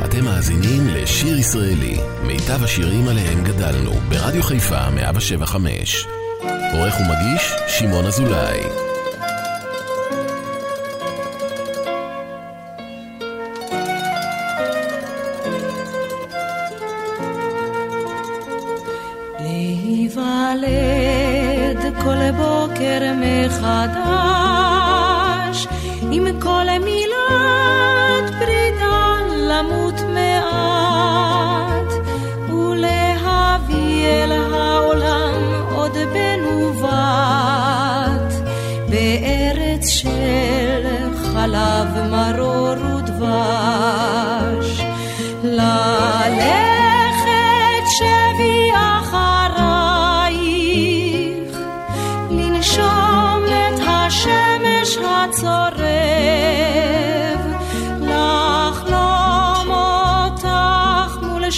אתם מאזינים לשיר ישראלי, מיטב השירים עליהם גדלנו, ברדיו חיפה 107.5. עורך ומגיש שמעון אזולאי. להיוולד כל בוקר מחדש, עם כל מילת פרידה למות מעט, ולהביא אל העולם עוד בן ובת, בארץ של חלב מרור ודבש. ללכת שבי אחרייך, לנשום את השמש הצורב, לחלום אותך מול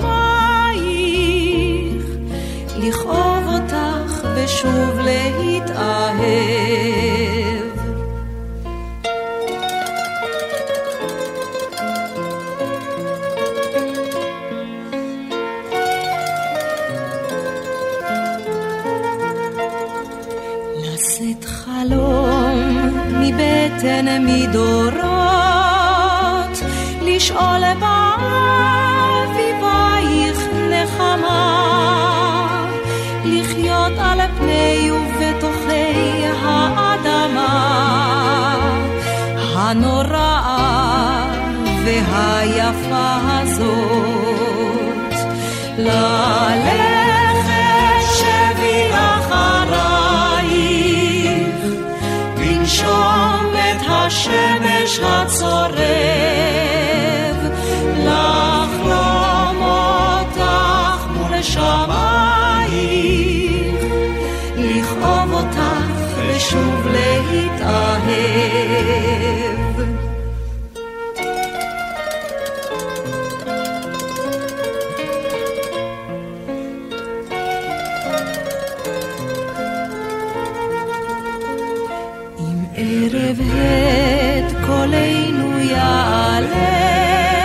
שמייך, לכאוב אותך ושוב להתאהב. לשאת חלום מבטן מדורות, לשאול באביבייך נחמה, לחיות על פני ובתוכי האדמה הנוראה והיפה הזאת. ללכת שבי אחרייך, לנשום את השמש הצורב, לחלום אותך מול שמייך, לכאוב אותך ושוב להתאהב. ערב הד קולנו יעלה,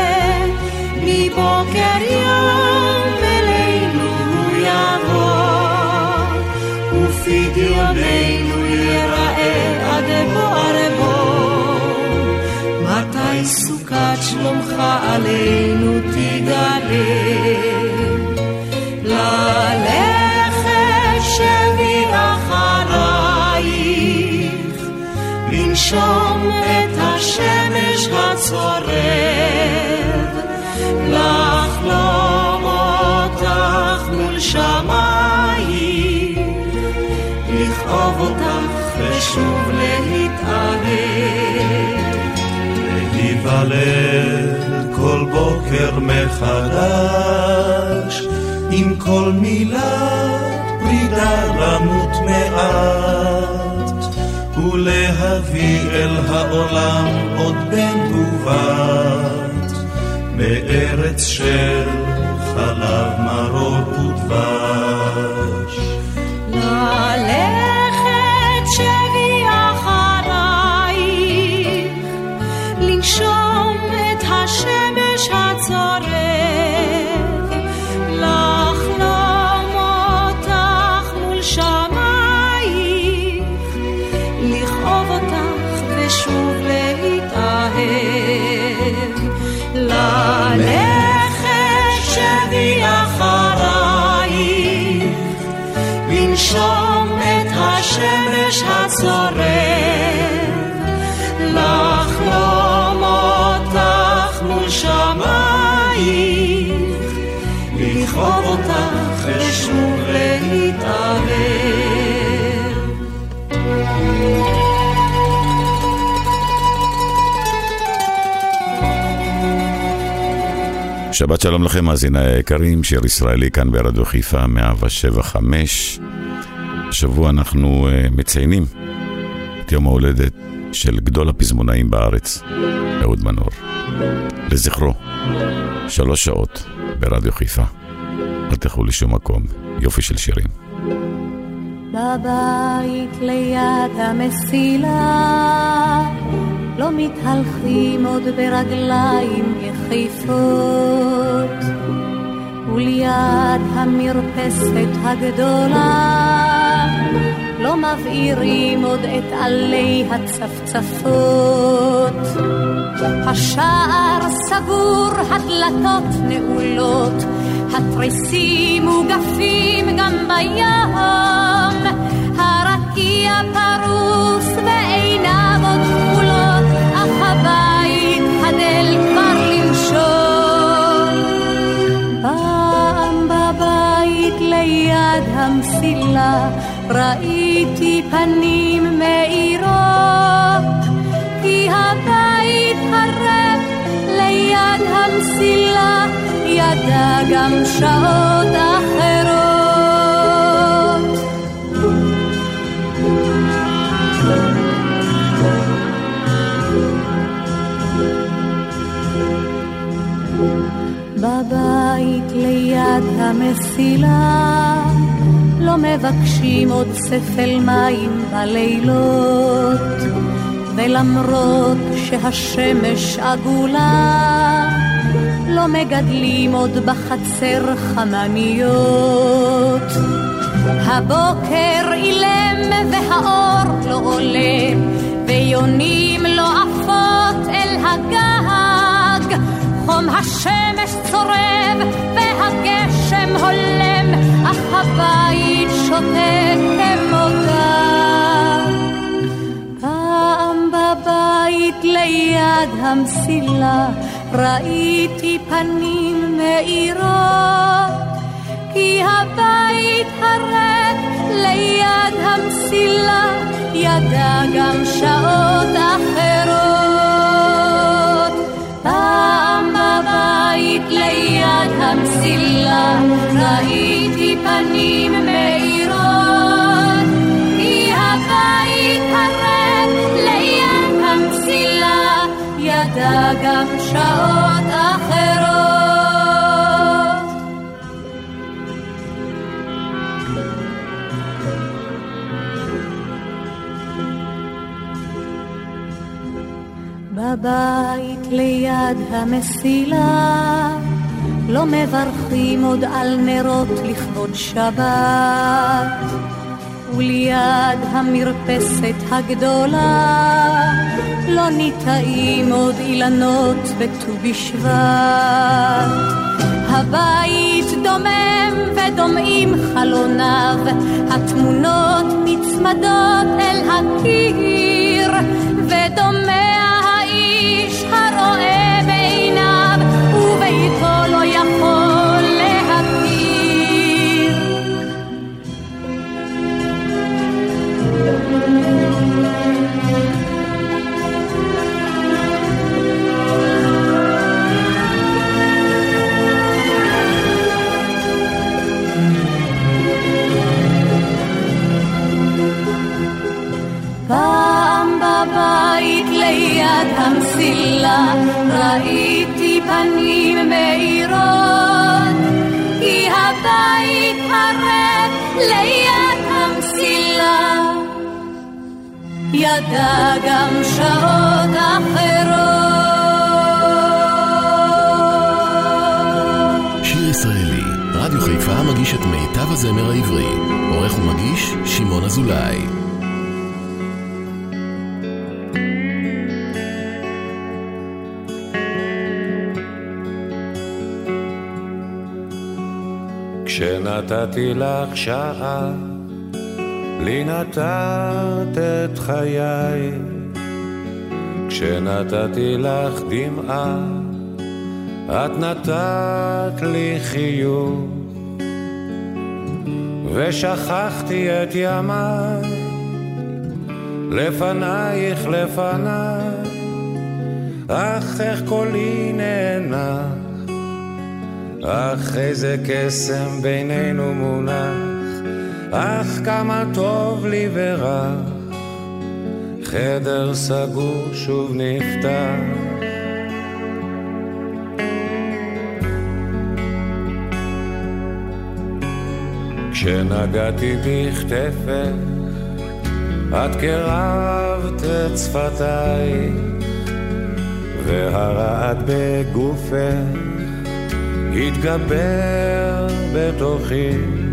מבוקר יום אלינו יבוא, ופדיוננו ייראה עד בוער בוא. מתי סוכת שלומך עלינו תגלה, ללכת שבי אחרייך, לנשום את השמש הצורב, לחלום אותך מול שמייך, לכאוב אותך ושוב להתאהב. להיוולד כל בוקר מחדש, עם כל מילת פרידה למות מעט, ולהביא אל העולם עוד בן ובת, בארץ של חלב מרור ודבש. ללכת שבי אחרייך, לנשום את השמש הצורב, לחלום אותך מול שמייך, לכאוב אותך ושוב להתאהב. ללכת שבי אחרייך, לנשום את השמש הצורב, לחלום אותך מול שמייך, לכאוב אותך ושוב להתאהב. שבת שלום לכם מאזיני היקרים, שיר ישראלי כאן ברדיו חיפה 107.5. השבוע אנחנו מציינים את יום ההולדת של גדול הפזמונאים בארץ, אהוד מנור. לזכרו, 3 שעות ברדיו חיפה. אל תלכו לשום מקום, יופי של שירים. בבית ליד המסילה לא מתהלכים עוד ברגליים יחפות, וליד המרפסת הגדולה לא מבעירים עוד את עלי הצפצפות. השער סגור, הדלתות נעולות, התריסים מוגפים גם בים, הרקיע פרוס ועיניו עוד כחולות, אך הבית חדל כבר לנשום. פעם בבית ליד המסילה ראיתי פנים מאירות, כי הבית הרב ליד המסילה ידע גם שעות אחרות. בבית ליד המסילה לא מבקשים עוד ספל מים בלילות, ולמרות שהשמש עגולה לא מגדלים עוד בחצר חמניות. הבוקר אילם והאור לא עולה, ויונים לא עפות אל הגג, חום השמש צורב והגשם הולם, אך הבית שותק כמותה. פעם בבית ליד המסילה ראיתי פנים מאירות, כי הבית הרב ליד המסילה ידע גם שעות אחרות. פעם בבית ליד המסילה ראיתי פנים מאירות, כי הבית הרב ליד המסילה ידע גם שעות אחרות. בבית ליד המסילה לא מברכים עוד על נרות לכבוד שבת, וליד המרפסת הגדולה לא ניטעים עוד אילנות בט"ו בשבט. הבית דומם ודומעים חלוניו, התמונות נצמדות אל הקיר, ודומע האיש הרואה בעיניו וביתו לא יכול להכיר. פעם בבית ליד המסילה ראיתי פנים מאירות, כי הבית הרב ליד המסילה ידע גם שעות אחרות. שיר ישראלי, רדיו חיפה מגיש את מיטב הזמר העברי. עורך ומגיש שמעון אזולאי. כשנתתי לך שעה, לי נתת את חיי. כשנתתי לך דמעה, את נתת לי חיוך. ושכחתי את ימיי, לפנייך לפניי, אך איך קולי נאנח, אך איזה קסם בינינו מונח, אך כמה טוב לי ורח, חדר סגור שוב נפתח. כשנגעתי בכתפך, את קרבת את שפתיי, והרעד בגופך התגבר בתוכי,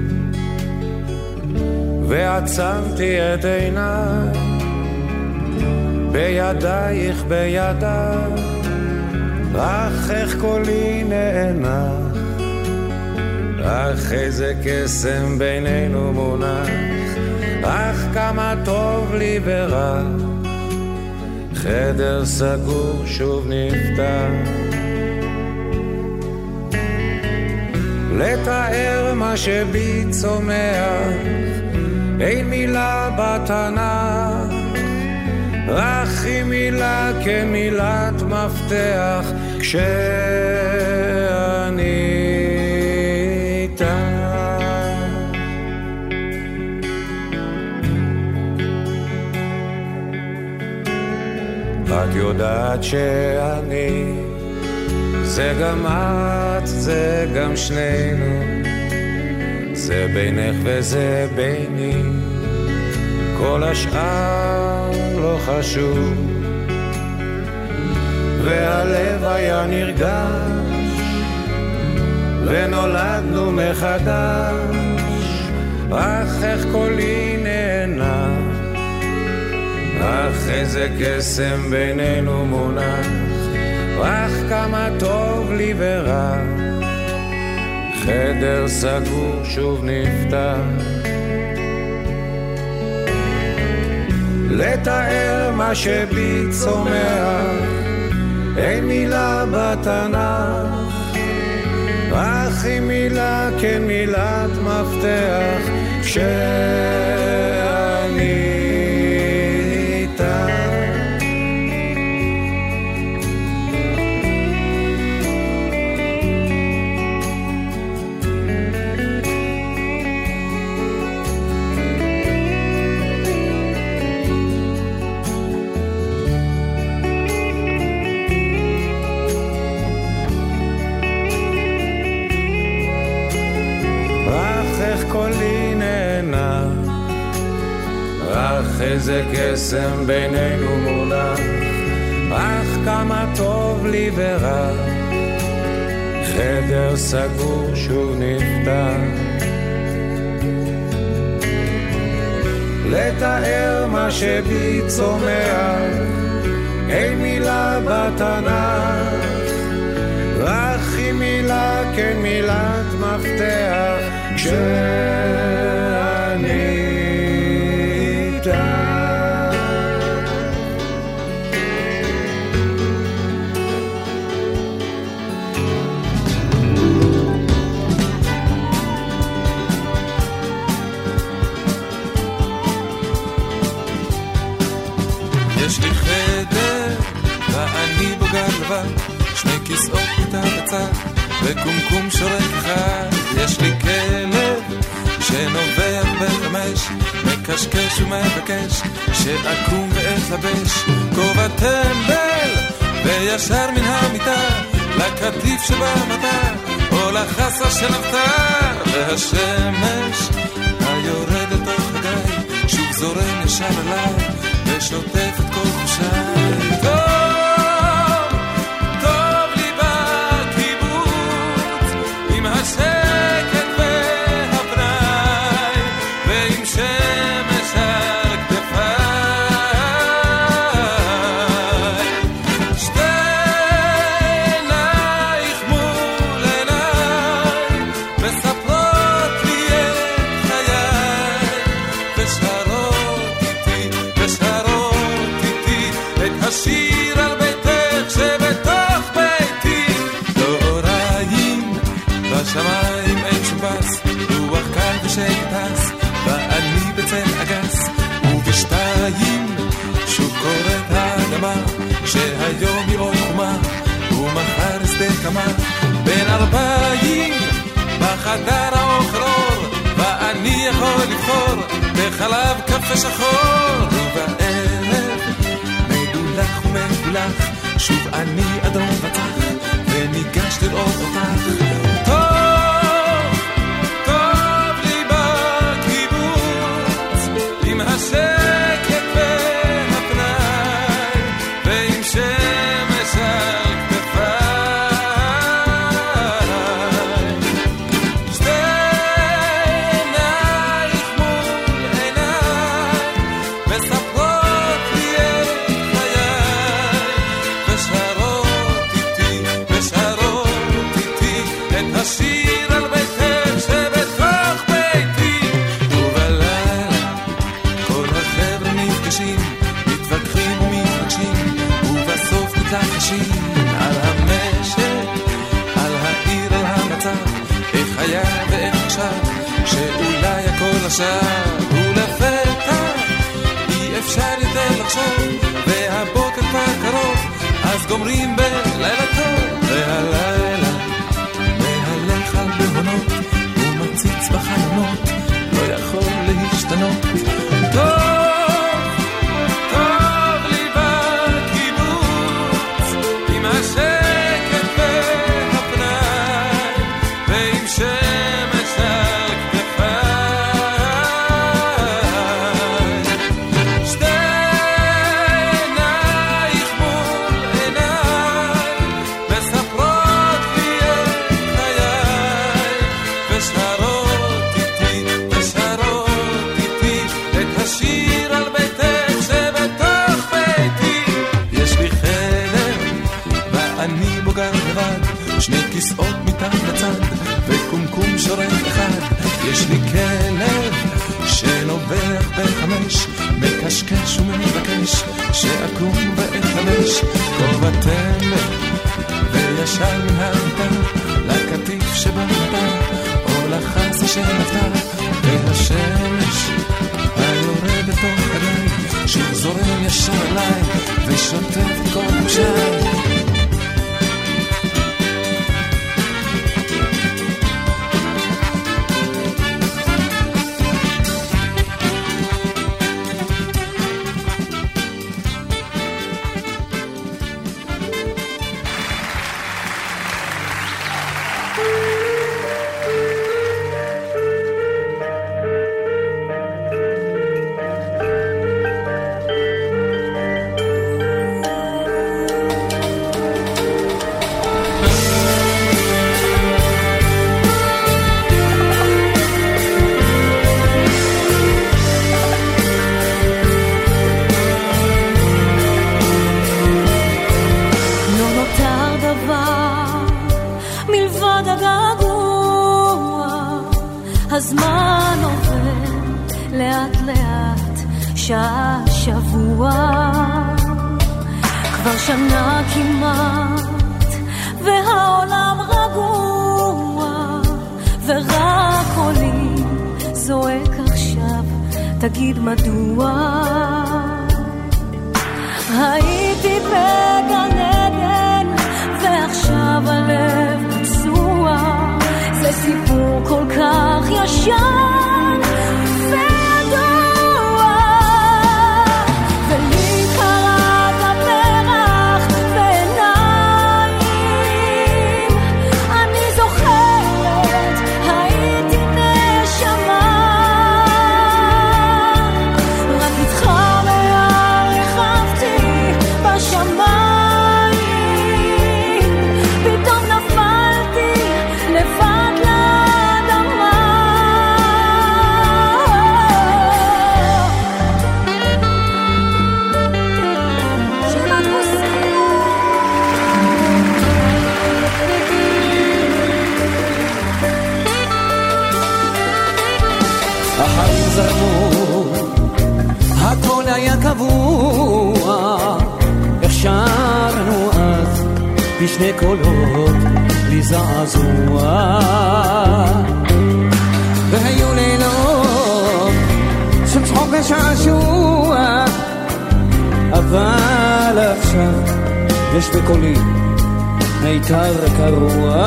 ועצמתי את עיניי בידייך בידיי, אך איך קולי נאנח, אך איזה קסם בינינו מונח, אך כמה טוב לי ורע, חדר סגור שוב נפתח, לתאר מה שבי צומח, אין מילה בתנ"ך, רק היא מילה כמילת מפתח, כשאני איתך. את יודעת שאני, זה גם את, זה גם שנינו, זה בינך וזה ביני, כל השאר לא חשוב, והלב היה נרגש, ונולדנו מחדש, אך איך קולי נאנח, אך איזה קסם בינינו מונח, אך כמה טוב לי ורע, חדר סגור שוב נפתח, לתאר מה שבי צומח, אין מילה בתנ"ך, אך היא מילה כמילת מפתח, כשאני איתך. קולי נאנח, אך איזה קסם בינינו מונח, אך כמה טוב לי ורע, חדר סגור שוב נפתח, לתאר מה שבי צומח, אין מילה בתנ"ך, רק היא מילה כמילת מפתח, כשאני איתך. יש לי חדר ואני בו גלבה, שני כיסאות איתה בצד וקומקום שורק אחד, יש לי כלב שנובח בחמש, מקשקש ומבקש שאקום ואתלבש, כובע טמבל וישר מן המיטה, לקטיף שבמטה או לחסה של אבטר, והשמש היורד לתוך הגיא שוב זורם ישר אליי ושוטף את כל חושיי. בשמיים אין שום בס, רוח קל ושקטס, ואני בצל אגס, ובשתיים שוב קוראת האדמה, שהיום היא עוד חומה, ומחר שדה קמה, בין 40 בחדר האוכל אור, ואני יכול לבחור בחלב קפה שחור, ובערב מדולח ומדולח, שוב אני אדום וצח, וניגש לראות אותך. השקט והפנאי ועם שמש עכשיו ולפתע אי אפשר יותר לחשוב והבוקר כבר קרוב אז גומרים בלילה טוב והלילה מהלך על בהונות ומציץ בחלונות לא יכול להשתנות טוב לי בקיבוץ עם השקט והפנאי ועם שמש על כתפיי שתי עינייך מול עיניי מספרות לי את חיי ושרות איתי את השיר על ביתך שבתוך ביתי יש לי חדר ואני בוגר לבד שני כיסאות מתחת לצד וקומקום שורק אחד יש לי כלב שנובח בחמש מקשקש ומבקש שאקום ואתלבש כובע תמר וישר מן המיטה לקטיף שבמיטה או לחסה שנפתה והשמש היורה בתוך עדיי שוב זורם ישר עליי ושוטף כל חושיי הזמן עובר לאט לאט שעה שבוע כבר שנה כמעט והעולם רגוע ורק עולים זועק עכשיו תגיד מדוע הייתי בגן עדן ועכשיו הלב פצוע זה סיפור כל כך ישן וידוע ולי קראת הפרח בעיניים אני זוכרת הייתי נשמה רק איתך מהרחבתי בשמיים פתאום נפלתי לבד הכל היה קבוע איך שרנו אז בשני קולות בלי זעזוע והיו לילות של צחוק ושעשוע אבל עכשיו יש בקולי מיתר קרוע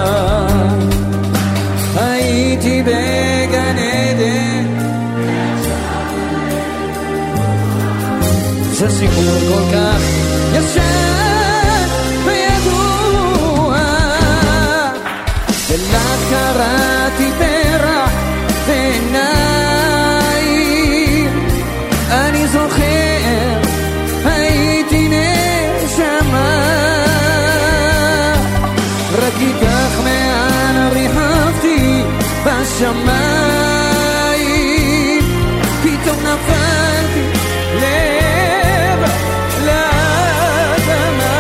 הייתי בגן עדן זה סיפור כל כך ישן וידוע ולך קראתי פרח ועיניים אני זוכר הייתי נשמה רק איתך מעל ריחפתי בשמיים פתאום נפלתי לב לאדמה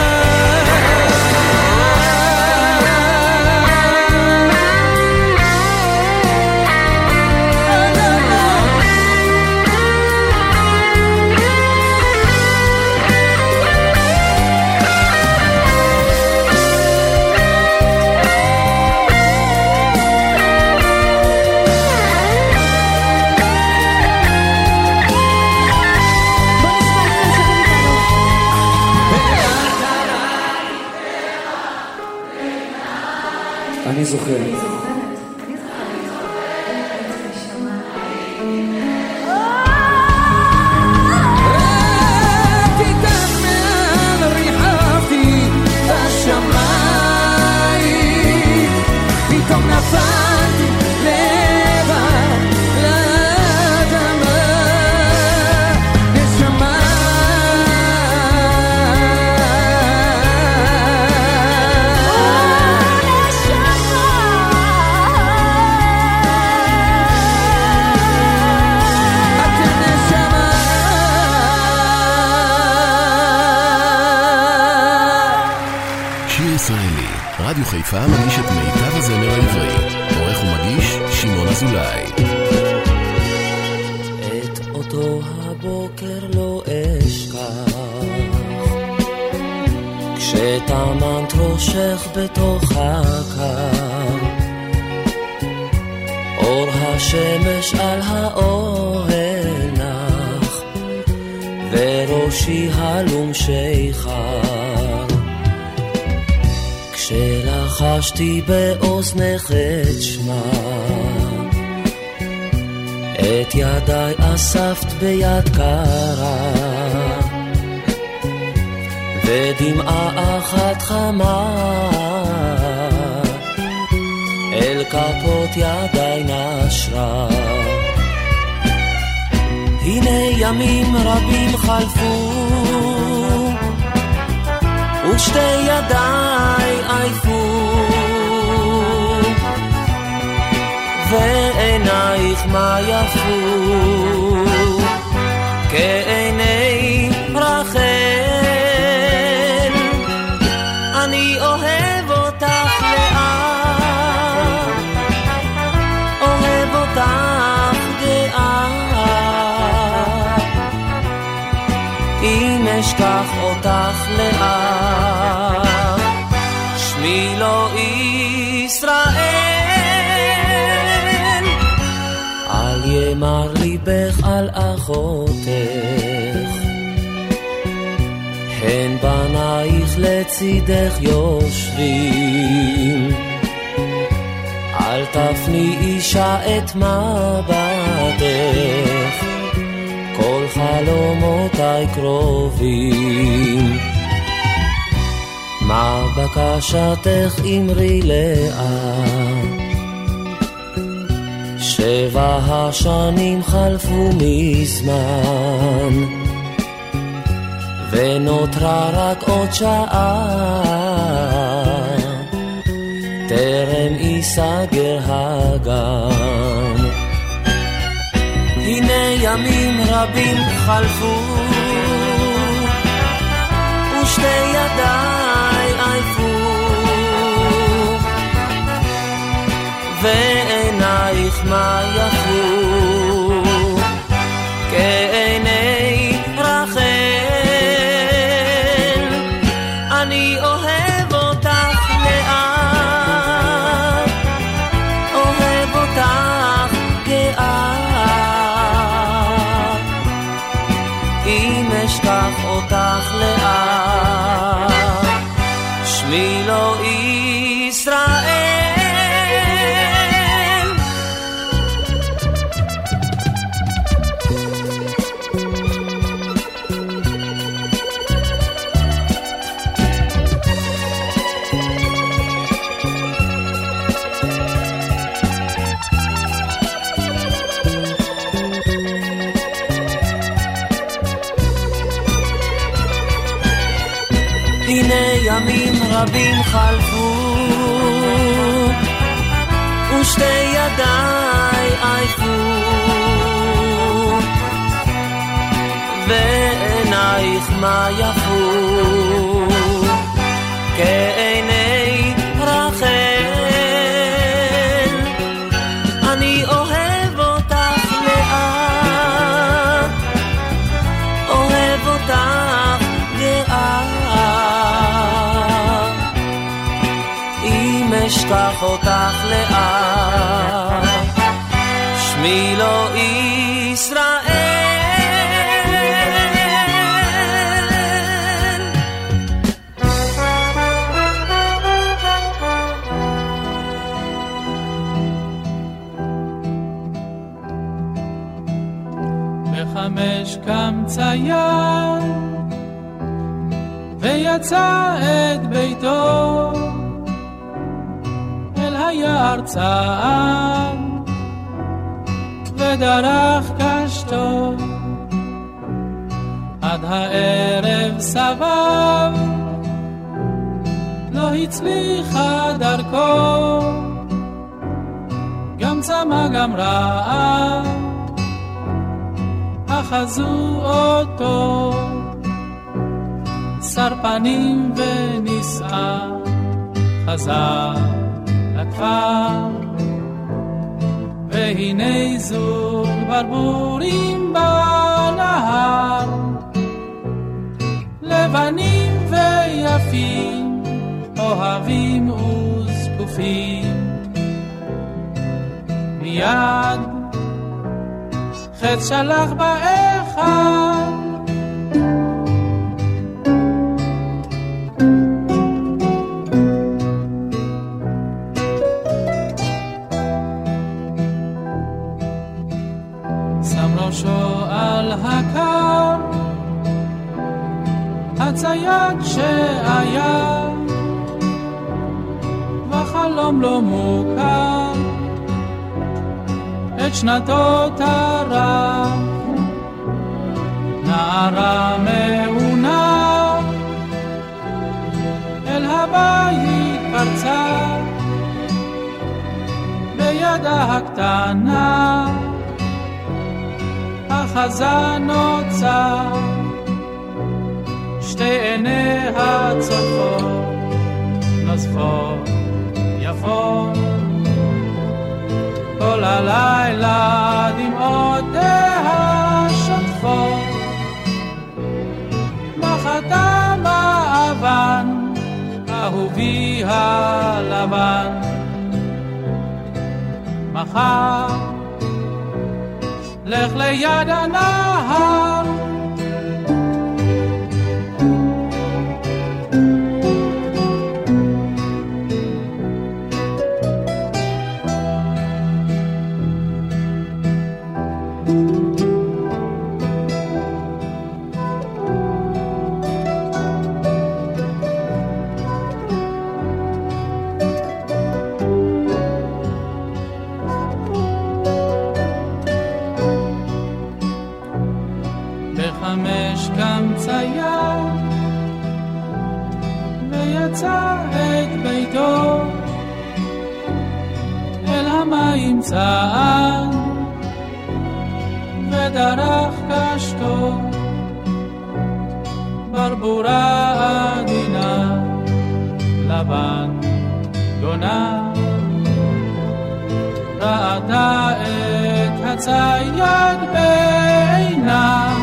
אני זוכר. פתאום נפלתי לבד לאדמה, נשמה. אתם נשמה. שיר ישראלי, רדיו חיפה מגיש את מיטב הזמר העברי. עורך ומגיש שמעון אזולאי. את אותו הבוקר לא אשכח, כשטמנת ראשך בתוך הקר, אור השמש על האוהל נח, וראשי הלום שיכר, כשלחשתי באוזנך את שמה, את ידיי אספת ביד קרה, ודמעה אחת חמה אל כפות ידיי נשרה. הנה ימים רבים חלפו, ושתי ידיי עייפו, ועינייך מה יפו כעיני רחל. אני אוהב אותך לאט, אוהב אותך גאה, אם אשכח אותך לאט, שמי לא ישראל. אל ימר ליבך על אחותך, הן בנייך לצידך יושבים, אל תפני אישה את מבטך, כל חלומותיי קרובים. מה בקשתך אמרי לאט, 7 השנים חלפו מזמן, ונותרה רק עוד שעה, טרם ייסגר הגן. הנה ימים רבים חלפו, ושתי ידיי עייפו, ועינייך מה יפו כעיני רחל. אני אוהב אותך לאט, אוהב אותך גאה, אם אשכח אותך לאט, שמי לא ישראל. הנה ימים רבים חלפו, ושתי ידיי עייפו, ועינייך מה יפו כעיני רחל. אני אוהב אותך לאט, אוהב אותך גאה, אם אשכח אותך לאט, שמי לא ישראל. בחמש קם צייר ויצא את ביתו אל היער צעד ודרך קשתו עד הערב סבב לא הצליחה דרכו גם צמא גם רעב אחזו אותו שר פנים ונישא חזר לכפר והנה זוג ברבורים בנהר לבנים ויפים אוהבים וזקופים מיד חץ שלח באחד שם ראשו על הקר הצייד שהיה וחלום לא מוכר את שנתו טרח נערה מעונה אל הבית פרצה בידה הקטנה אחזה נוצה שתי עיניה צופות נוספות יפות כל הלילה דמעותיה שוטפות בחתם האבן אהובי הלבן מחר לך ליד הנהר בחמש קם צייר ויצא את ביתו אל המים צעד ודרך קשתו ברבורה עדינה לבן גונה ראתה את הצייד בעינה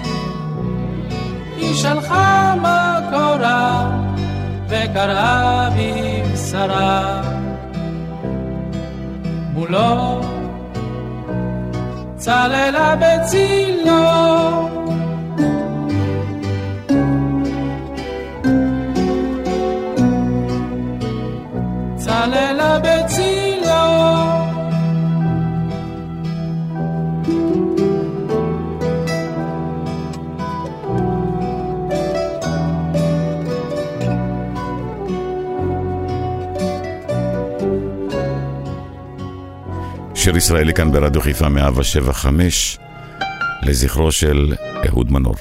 היא שלחה מקורה וקראה בבשרה מולו צללה בצילו צללה בצילו שיר ישראלי כאן ברדיו חיפה 107.5 לזכרו של אהוד מנור.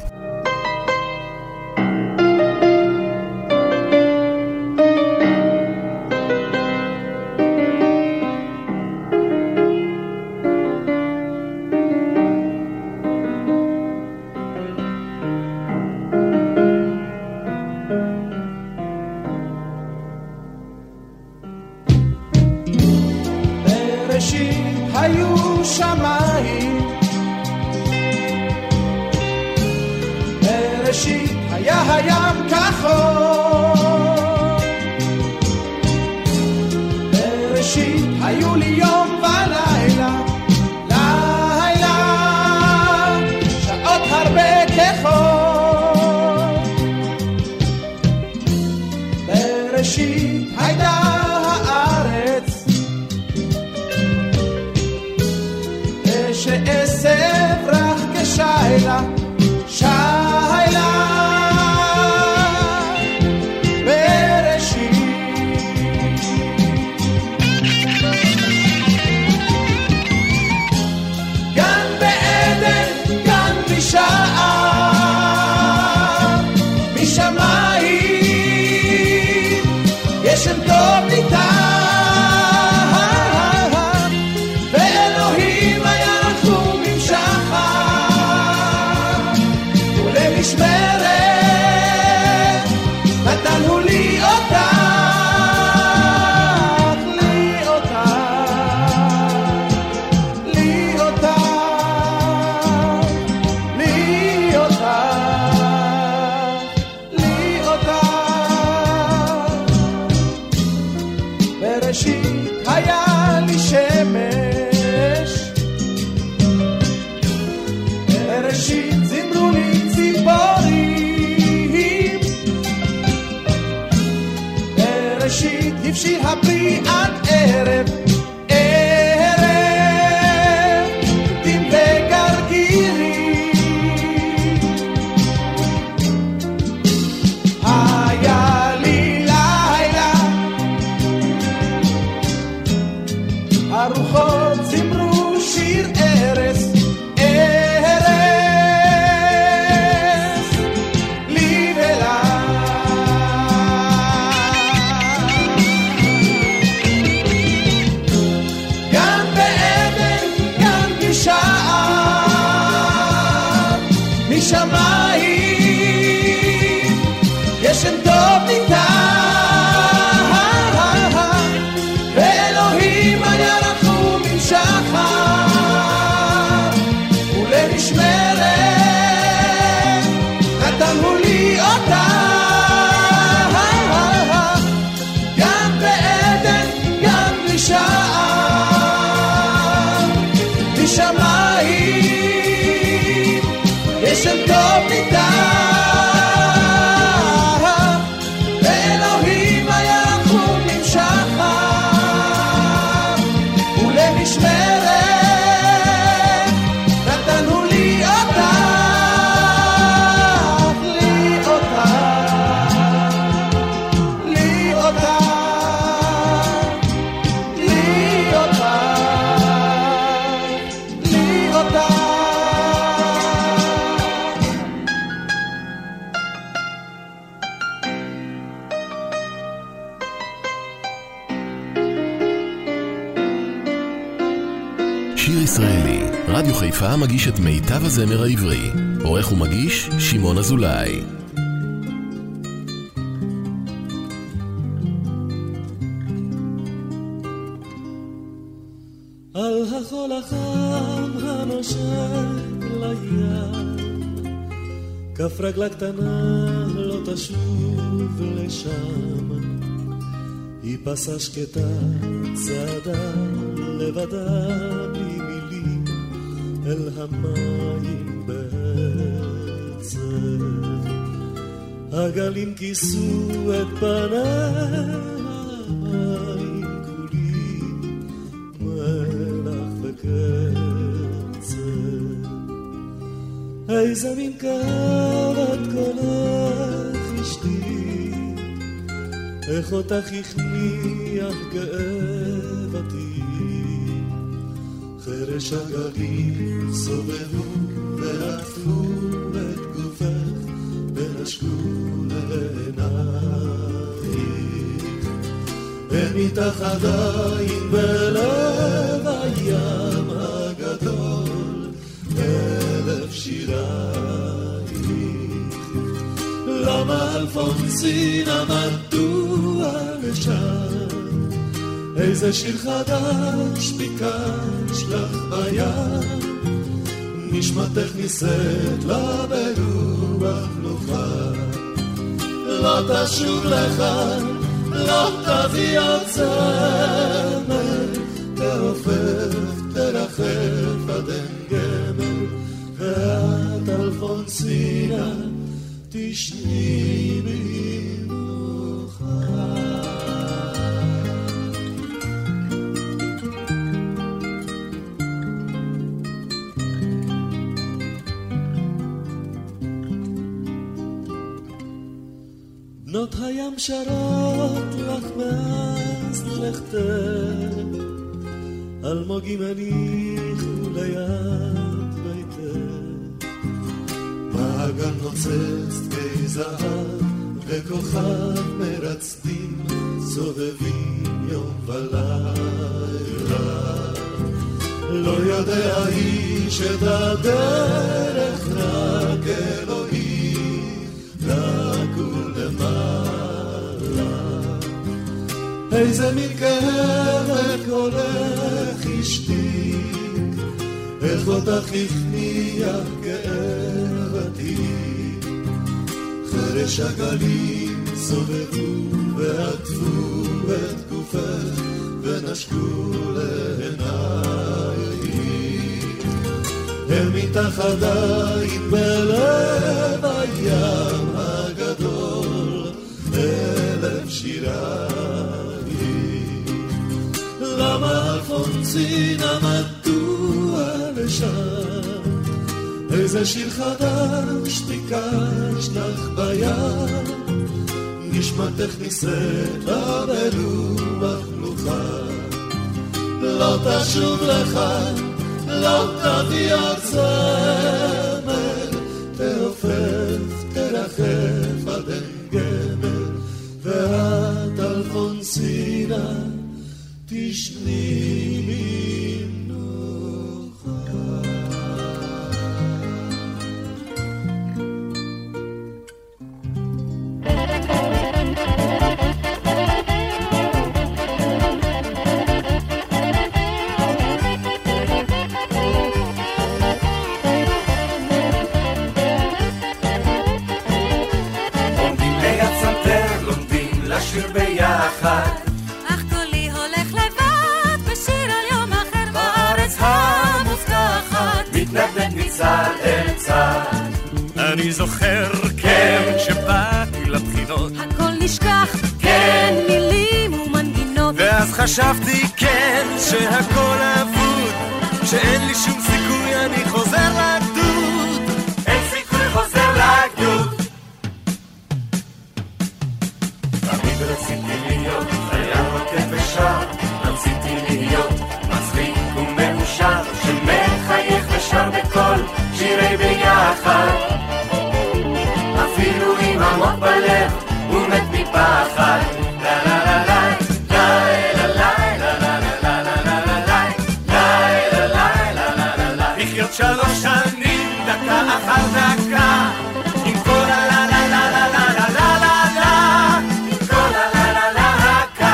היו שמיים בראשית היה הים כחול בראשית היו לי יום ולילה לילה שעות הרבה כחול בראשית הייתה הארץ שעשב רך כשייך שיילה, שיילה בראשית. גן בעדן, גן בשער, משמיים יש שם טוב ניתן. הבשיל הפרי עד ערב, ערב דים וגרגירי. היה לי לילה, הרוחות זמרו שיר ארס, ארס לי ולה. משמיים יש שם טוב ניתן, ואלוהים היה רחום עם שחר, ולמשמרת נתנו לי אותה. גם בעדן גם בשער, משמיים יש שם טוב ניתן, ואלוהים היה רחום עם שחר, ולמשמרת נתנו לי אותך, לי אותך, לי אותך, לי אותך, לי אותך. שיר ישראלי, רדיו חיפה מגיש את מיטב הזמר העברי. עורך ומגיש שמעון אזולאי. על החול החם הנושק לים, כף רגלה קטנה לא תשוב לשם, היא פסה שקטה צעדה לבדה בלי מילים אל המים בעצב, הגלים כיסו את פניה, המים כולים מלח וקצב. איזה מין קרת קולך אשתי, איך אותך הכניח גאוותי, חרש הגלים סובבו ועטפו את גופך ונשקו לעינייך, אין איתך עדיין בלב הים הגדול אלף שירייך. למה אלפונסינה מדוע לשם, איזה שיר חדש ביקש לך בים, נשמתך נישאת לה ברוח נוחה, לא תשוב לכאן, לא תביא עוד צמר, תעופף, תרחף עד אין גמל, ואת אלפונסינה תשני במנוחה. בנות הים שרות לך מאז לכתך, אלמוגים הניחו ליד ביתך, מעגל נוצץ דגי זהב וכוכב מרצדים סובבים יום ולילה. לא יודע איש את הדרך, רק אלוהים רק ולמעלה. איזה מין כאב קולך השתיק, איך אותך הכניע כאב עתיק. חרש הגלים סובבו ועטפו את גופך ונשקו לעינייך, הם איתך עדיין בלב הים הגדול, אלף שירייך. למה אלפונסינה מדוע לשם, איזה שיר חדש ביקש לך בים, נשמתך נישאת בלוח מלוכה. לא תשוב לך, לא תביא עוד זמר, תעופף, תרחף עד אין גמר, ואת אלפונסינה תשני מנוחה. אך קולי הולך לבד בשיר על יום אחר בארץ המובטחת, מתנדנד מצד אל צד. אני זוכר כן שבאתי לבחינות, הכל נשכח כן מילים ומנגינות, ואז חשבתי כן שהכל אבוד, שאין לי שום סיכוי אני חוזר לגדוד, אין סיכוי חוזר לגדוד. תמיד רציתי להיות חייל רוקד ושר, רציתי להיות מצחיק ומאושר, שמחייך ושר בכל שירי ביחד, אפילו עם עמוק בלב ומת מפחד. לה לה לה לה לה לה לה לה לה, לחיות 3 שנים דקה אחר דקה, עם כל הלה לה לה לה לה לה לה לה, עם כל הלה לה לה הקה.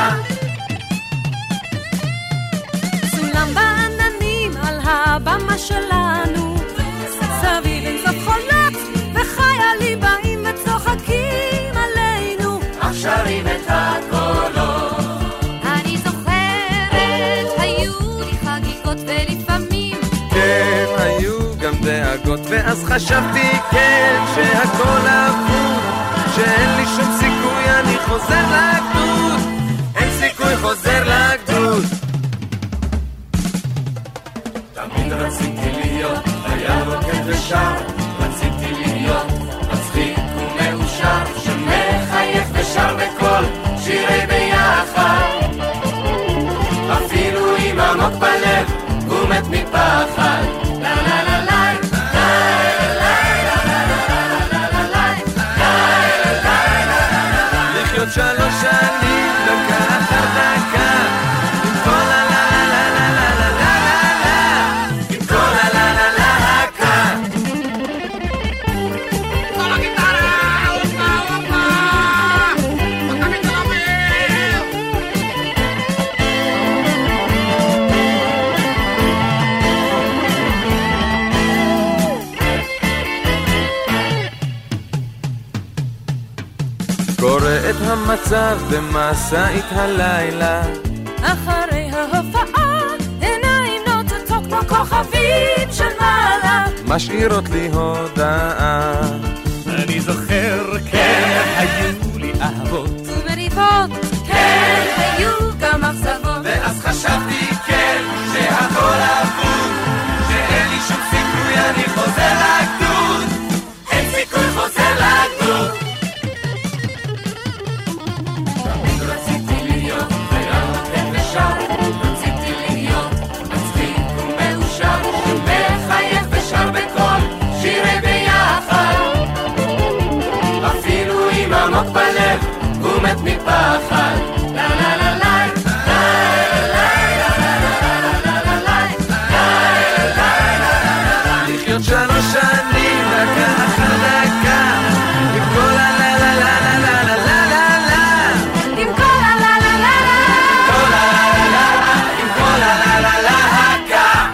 סולם בעננים על הבמה שלנו, סביב אינסוף חולות וחיילים באים וצוחקים עלינו, אך שרים את הקולות. אני זוכרת היו לי חגיגות ולפעמים כן היו גם דאגות, ואז חשבתי כן שהכל אבוד, שאין לי שום סיכוי אני חוזר לגדוד, אין סיכוי חוזר לגדוד. תמיד רציתי להיות חייל רוקד ושר, רציתי להיות מצחיק ומאושר, שמחייך ושר בכל שירי ביחד, אפילו עם עמוק בלב ומת מפחד. לה לה לה לה לחיות 3 שנים דקה אחר דקה, עם כל הלה לה לה לה לה לה לה, עם כל הלה לה לה הקה. כל הגיטרה אופה אופה אתה מתלמר. קורא את המצב במסעית הלילה, אחרי ההופעה עיניים נוצצות כמו כוכבים של מעלה, משאירות לי הודעה. אני זוכר כן היו לי אהבות ומריבות, כן היו גם אכזבות, ואז חשבתי כן שהכל אבוד, שאין לי שום סיכוי אני חוזר לגדוד, אין סיכוי חוזר לגדוד. מפחד. לה לה לה לה לחיות 3 שנים דקה אחר דקה עם כל הלה לה לה לה לה לה לה לה עם כל הלה לה לה לה כל הלה לה לה עם כל הלה לה להקה.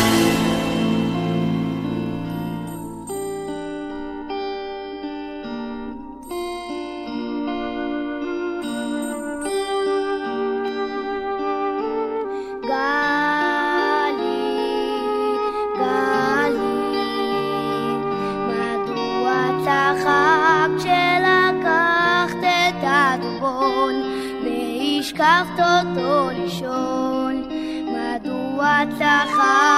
השכחת אותו לישון, מדוע צחק?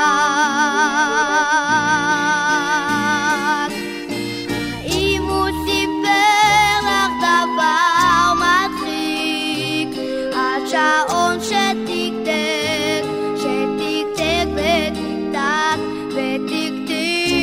האם הוא סיפר לך דבר מצחיק? השעון שתקתק, שתקתק ותקתק ותקתק.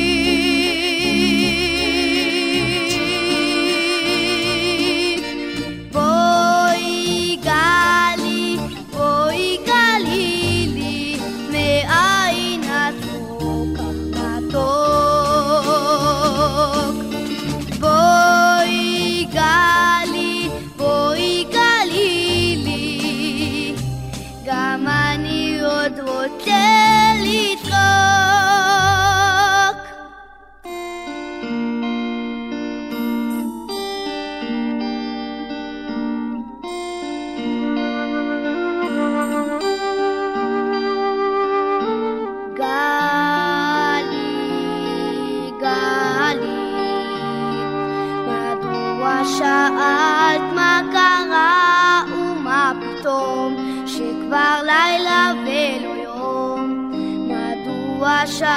שאלת מה קרה ומה פתאום שכבר לילה ולא יום, מדוע שאלת?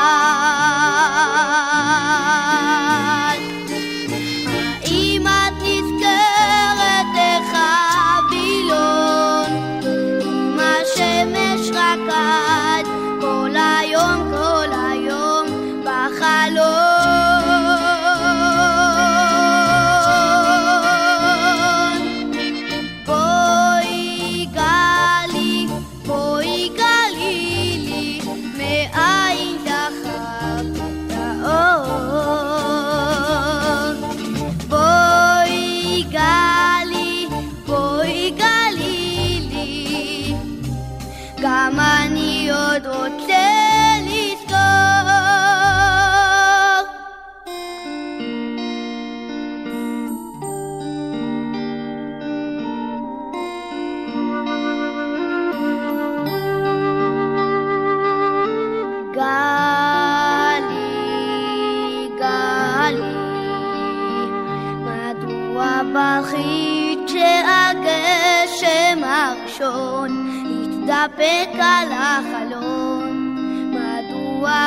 האם את נזכרת איך הווילון עם השמש רקד כל היום בחלום? גם אני עוד רוצה לזכור. גלי, גלי, מדוע בכית שהגשם הראשון דפק על החלון? מדוע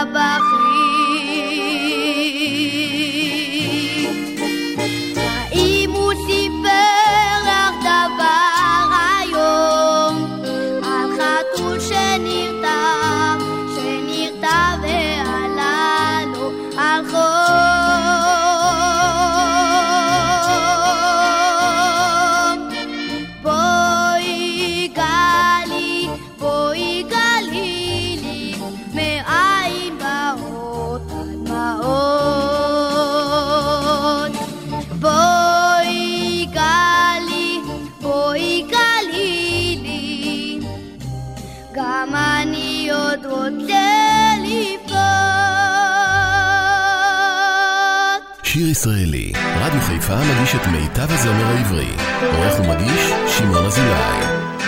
בכית? האם הוא סיפר לך דבר היום על חתול שנרתע ועלה לו על שיר ישראלי, רדיו חיפה מגיש את מיטב הזמר העברי. עורך ומגיש שמעון אזולאי.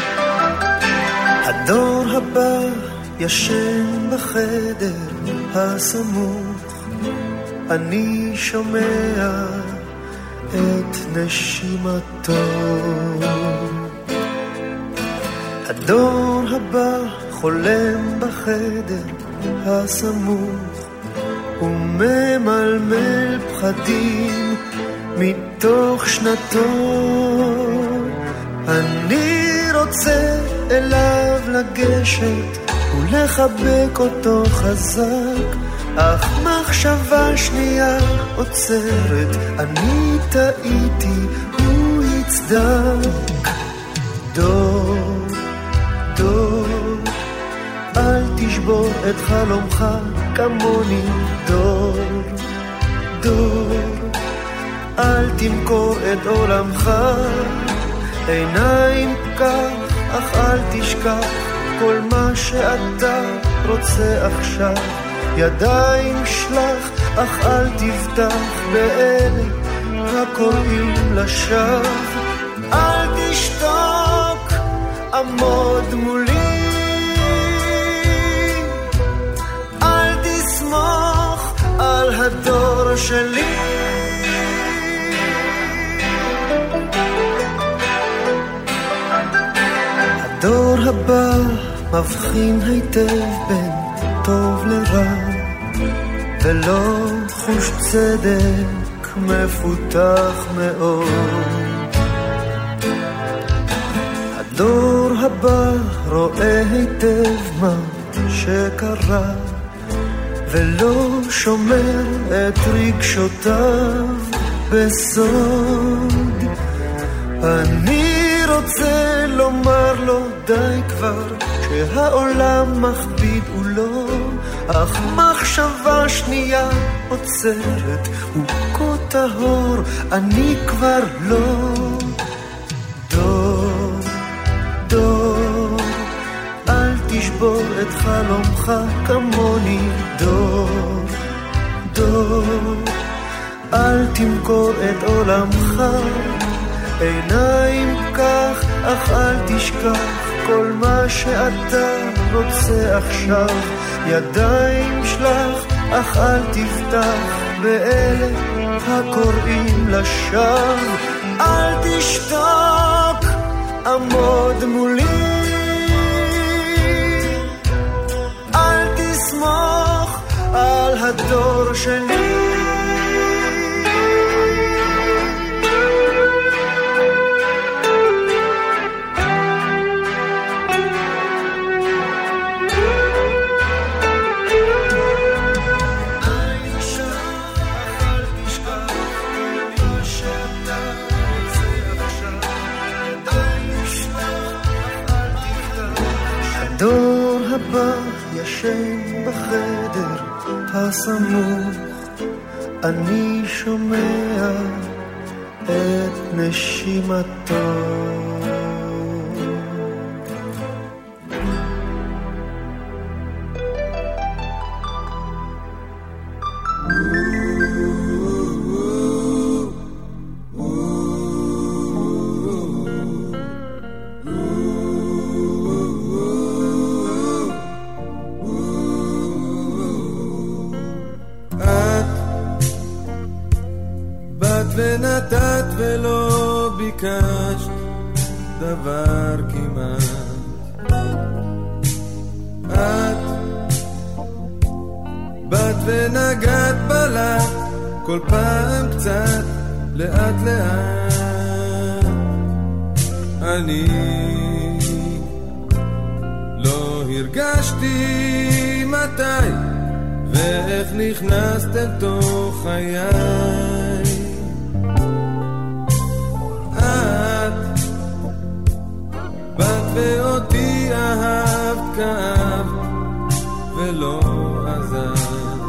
הדור הבא ישן בחדר הסמוך, אני שומע את נשימתו. הדור הבא חולם בחדר הסמוך וממלמל פחדים מתוך שנתו. אני רוצה אליו לגשת ולחבק אותו חזק, אך מחשבה שנייה עוצרת, אני טעיתי, הוא הצליח. סדק. דור, דור, אל תשבור את חלומך כמוני. דור, דור, אל תמכור את עולמך. עיניים פקח, אך אל תשכח כל מה שאתה רוצה עכשיו. ידיים שלח, אך אל תבטח באלה הקוראים לשווא. אל תשתוק, עמוד מולי, אל תסמוך על הדור שלי. הדור הבא מבחין היטב בין טוב לרע, ולא חוש צדק מפותח מאוד. הדור הבא רואה היטב מה שקרה, ולא שומר את רגשותיו בסוד. אני רוצה לומר לו די כבר, שהעולם מכביד ולא, אך מחשבה שנייה עוצרת, הוא כה טהור, אני כבר לא. דור, דור, אל תשבור את חלומך כמוני. דור, דור, אל תמכור את עולמך. עיניים פקח, אך אל תשכח כל מה שאתה רוצה עכשיו. ידיים שלח, אך אל תבטח באלה הקוראים לשווא. אל תשתוק, עמוד מולי, אל תסמוך על הדור שלי. הדור הבא ישן בחדר הסמוך, אני שומע את נשימתו. ונתת ולא ביקשת דבר כמעט. את באת ונגעת בלט כל פעם קצת, לאט לאט. אני לא הרגשתי מתי ואיך נכנסת אל תוך חיי. ואותי אהבת כאב ולא עזב.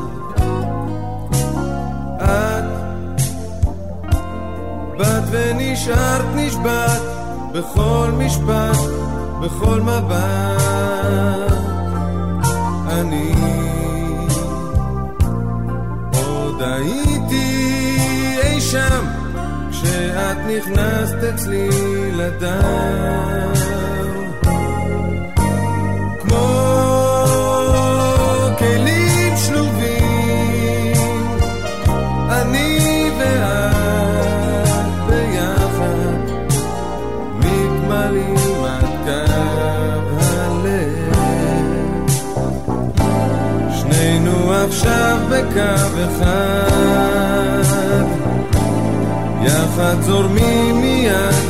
את באת ונשארת נשבעת בכל משפט, בכל מבט. אני עוד הייתי אי שם כשאת נכנסת אצלי לדם. כלים שלובים, אני ואת ביחד, מתמלאים עד קו הלב. שנינו עכשיו בקו אחד, יחד זורמים מיד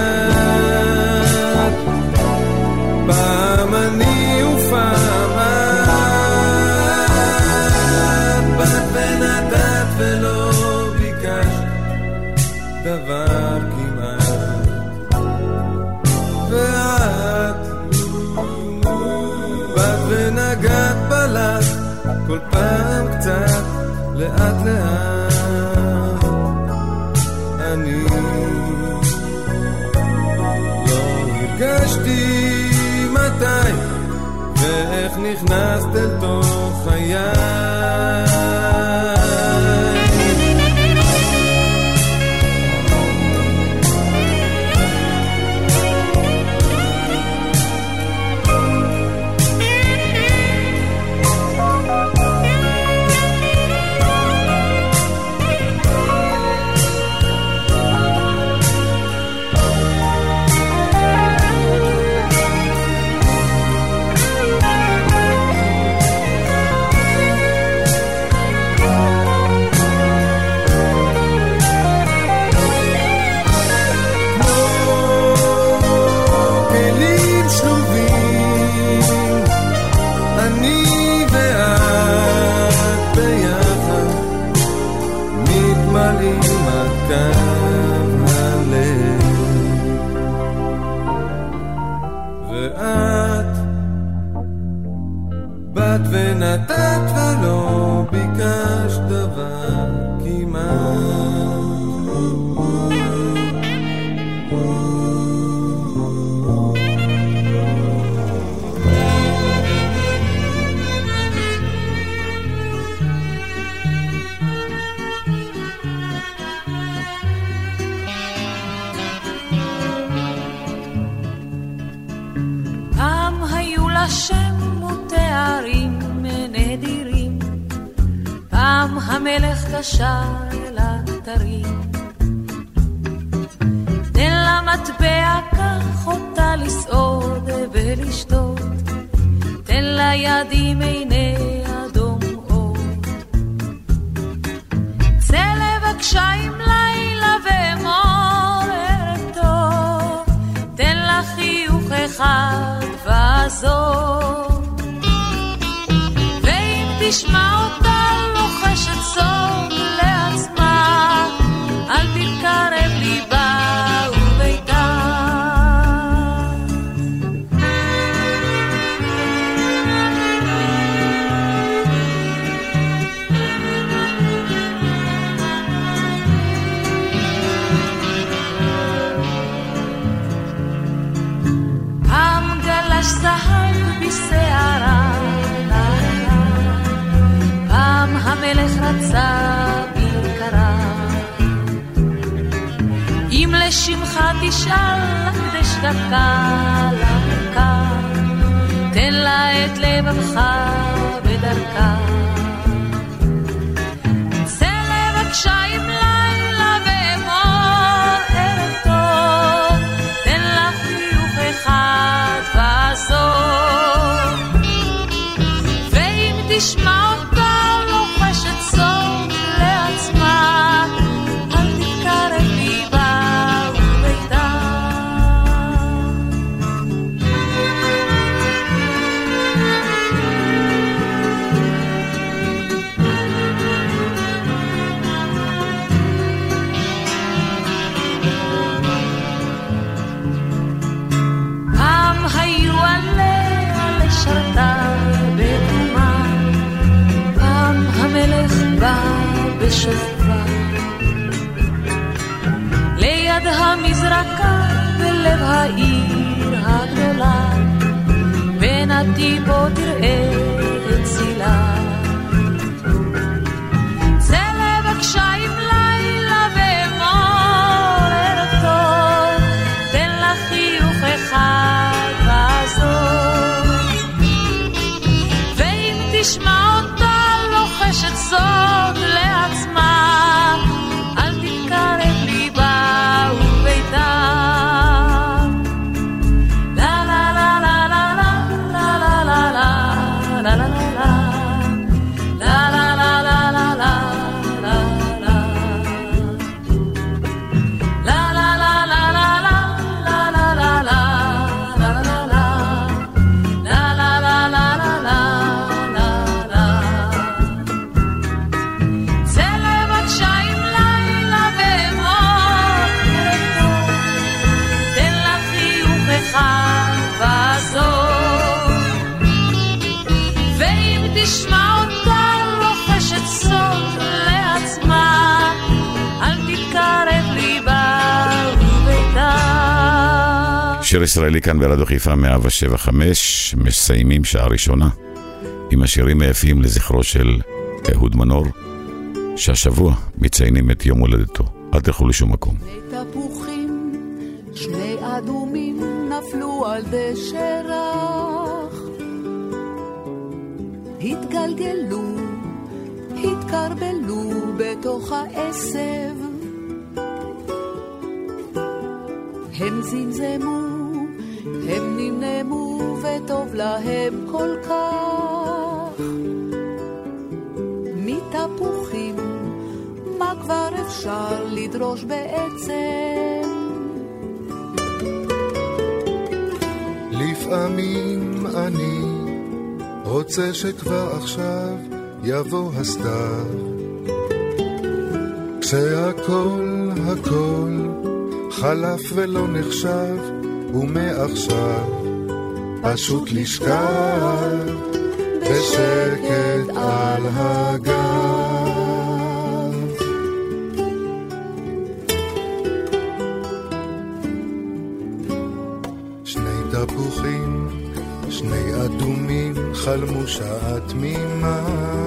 ליד. פעם אני ופעם ולא ביקשת דבר כמעט. כל פעם קצת, לאט לאט. אני לא הרגשתי מתי ואיך נכנסת אל תוך חיי. ונתת ולא ביקשת דבר כמעט. פעם היו לה שם ותארים נדירים, פעם המלך קשר אל הכתרים. תן לה מטבע, קח אותה לסעוד ולשתות, תן לה יד עם עיני אדום עוד. צא לבקשה עם לילה ואמור ערב טוב, תן לה חיוך אחד ועזור. תשמע אותה לוחשת סוד לעצמה, אל תתקרב ליבה וביתה. פעם גלש זהב בשערה, המלך רצה ביקרה. אם לשמך תשאל הקדש דקה לקה, תן לה את לבבך בדרכה. צא לבקשה עם לילה ואמור ערב טוב, תן לה חיוך אחד ועזור. ואם תשמע אותה סוד לעצמה, אל תתקרב ליבה וביתה. פעם היו עליה לשרתה בתומה, המלך בא בשופרה ליד המזרקה בלב העיר הגדולה, בין הטיפות תראה את צילה. צא לבקשה עם לילה ואמור ערב טוב, תן לה חיוך אחד ועזור. ואם תשמע אותה לוחשת סוד לעצמה, אל תתקרב ליבה וביתה. לה לה לה לה לה לה לה לה לה לה לה תשמע אותה שיר ישראלי כאן ברדיו חיפה 107.5, מסיימים שעה ראשונה עם השירים היפים לזכרו של אהוד מנור, שהשבוע מציינים את יום הולדתו. אל תלכו לשום מקום. תפוחים, שני אדומים נפלו על דשא רך, התגלגלו, התקרבלו בתוך העשב, הם זמזמו, הם נמנמו וטוב להם כל כך. מתפוחים, מה כבר אפשר לדרוש בעצם? לפעמים אני רוצה שכבר עכשיו יבוא הסתיו, כשהכל הכל חלף ולא נחשב, ומעכשיו פשוט לשכב בשקט על הגב. שני תפוחים, שני אדומים חלמו שעה תמימה,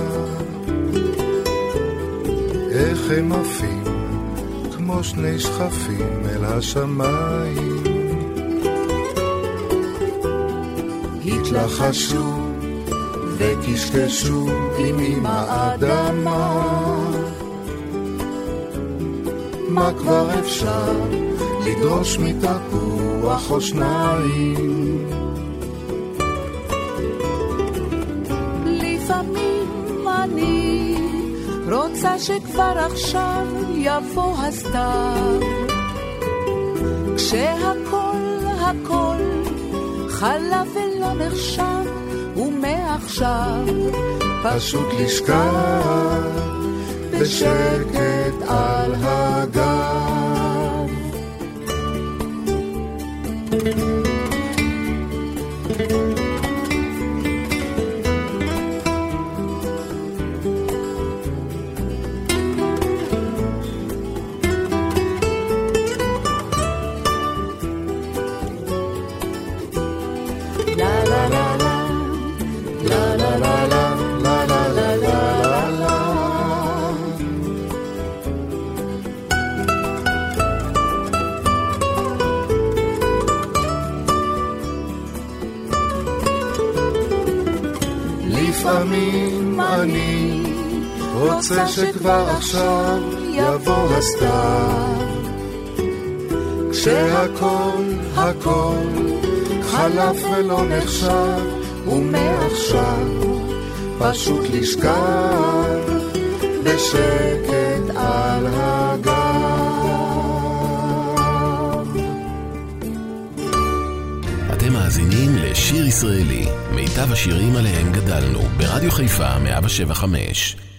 איך הם עפים כמו שני שכפים אל השמיים, התלחשו וקשקשו עם האדמה, מה כבר אפשר לדרוש מתפוח או שניים? לפעמים אני רוצה שכבר עכשיו יבוא הסתיו, כשהכל הכל חלף ולא נחשב, ומעכשיו פשוט לשכב בשקט על הגב. לפעמים אני רוצה שכבר עכשיו יבוא הסתיו, כשהכל הכל חלף ולא נחשב, ומעכשיו פשוט לשכב בשקט על הגב. אתם מאזינים לשיר ישראלי, מיטב השירים עליהם גדלנו, ברדיו חיפה 107.5.